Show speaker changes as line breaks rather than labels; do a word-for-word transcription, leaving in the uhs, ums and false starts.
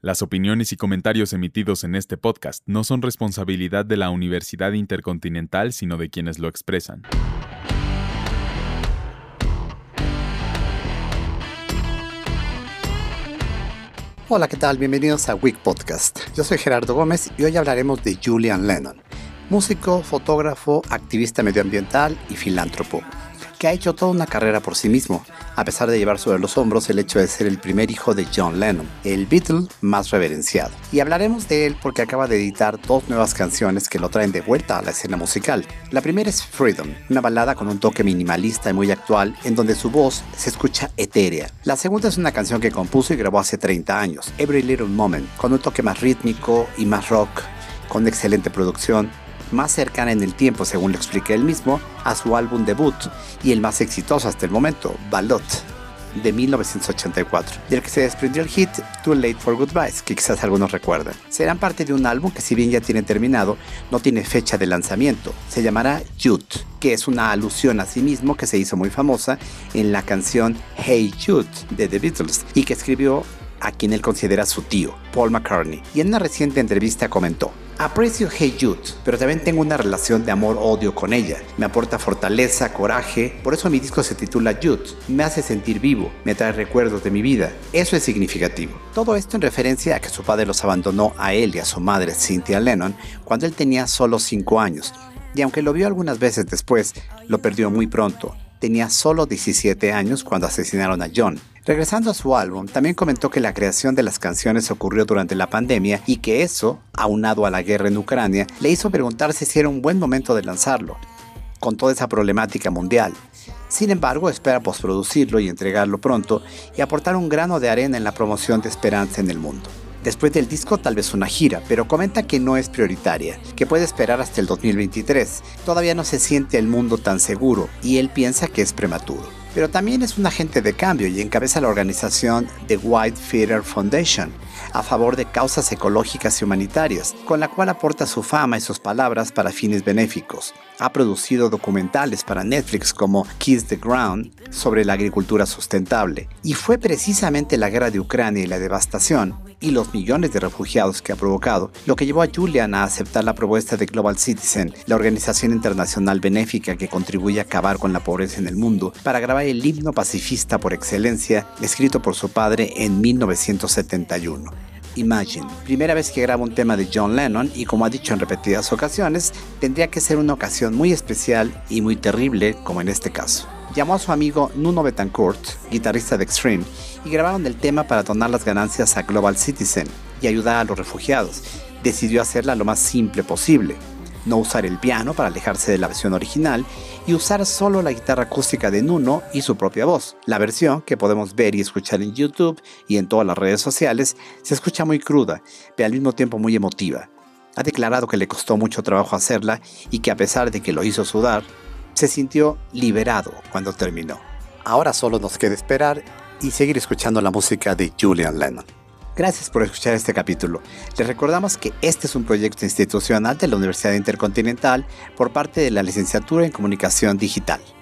Las opiniones y comentarios emitidos en este podcast no son responsabilidad de la Universidad Intercontinental, sino de quienes lo expresan.
Hola, ¿qué tal? Bienvenidos a Week Podcast. Yo soy Gerardo Gómez y hoy hablaremos de Julian Lennon, músico, fotógrafo, activista medioambiental y filántropo, que ha hecho toda una carrera por sí mismo, a pesar de llevar sobre los hombros el hecho de ser el primer hijo de John Lennon, el Beatle más reverenciado. Y hablaremos de él porque acaba de editar dos nuevas canciones que lo traen de vuelta a la escena musical. La primera es Freedom, una balada con un toque minimalista y muy actual, en donde su voz se escucha etérea. La segunda es una canción que compuso y grabó hace treinta años, Every Little Moment, con un toque más rítmico y más rock, con excelente producción, más cercana en el tiempo, según lo explica él mismo, a su álbum debut y el más exitoso hasta el momento, Ballot, de mil novecientos ochenta y cuatro, del que se desprendió el hit Too Late for Goodbyes, que quizás algunos recuerdan. Serán parte de un álbum que, si bien ya tiene terminado, no tiene fecha de lanzamiento. Se llamará Jude, que es una alusión a sí mismo que se hizo muy famosa en la canción Hey Jude de The Beatles y que escribió a quien él considera su tío, Paul McCartney, y en una reciente entrevista comentó: aprecio Hey Jude, pero también tengo una relación de amor-odio con ella. Me aporta fortaleza, coraje, por eso mi disco se titula Jude. Me hace sentir vivo, me trae recuerdos de mi vida. Eso es significativo. Todo esto en referencia a que su padre los abandonó a él y a su madre, Cynthia Lennon, cuando él tenía solo cinco años. Y aunque lo vio algunas veces después, lo perdió muy pronto. Tenía solo diecisiete años cuando asesinaron a John. Regresando a su álbum, también comentó que la creación de las canciones ocurrió durante la pandemia y que eso, aunado a la guerra en Ucrania, le hizo preguntarse si era un buen momento de lanzarlo, con toda esa problemática mundial. Sin embargo, espera postproducirlo y entregarlo pronto y aportar un grano de arena en la promoción de esperanza en el mundo. Después del disco, tal vez una gira, pero comenta que no es prioritaria, que puede esperar hasta el dos mil veintitrés. Todavía no se siente el mundo tan seguro y él piensa que es prematuro. Pero también es un agente de cambio y encabeza la organización The White Feather Foundation, a favor de causas ecológicas y humanitarias, con la cual aporta su fama y sus palabras para fines benéficos. Ha producido documentales para Netflix como Kiss the Ground sobre la agricultura sustentable. Y fue precisamente la guerra de Ucrania y la devastación y los millones de refugiados que ha provocado lo que llevó a Julian a aceptar la propuesta de Global Citizen, la organización internacional benéfica que contribuye a acabar con la pobreza en el mundo, para grabar el himno pacifista por excelencia, escrito por su padre en mil novecientos setenta y uno. Imagine, primera vez que graba un tema de John Lennon y, como ha dicho en repetidas ocasiones, tendría que ser una ocasión muy especial y muy terrible, como en este caso. Llamó a su amigo Nuno Bettencourt, guitarrista de Extreme, y grabaron el tema para donar las ganancias a Global Citizen y ayudar a los refugiados. Decidió hacerla lo más simple posible, no usar el piano para alejarse de la versión original y usar solo la guitarra acústica de Nuno y su propia voz. La versión, que podemos ver y escuchar en YouTube y en todas las redes sociales, se escucha muy cruda, pero al mismo tiempo muy emotiva. Ha declarado que le costó mucho trabajo hacerla y que, a pesar de que lo hizo sudar, se sintió liberado cuando terminó. Ahora solo nos queda esperar y seguir escuchando la música de Julian Lennon. Gracias por escuchar este capítulo. Les recordamos que este es un proyecto institucional de la Universidad Intercontinental por parte de la Licenciatura en Comunicación Digital.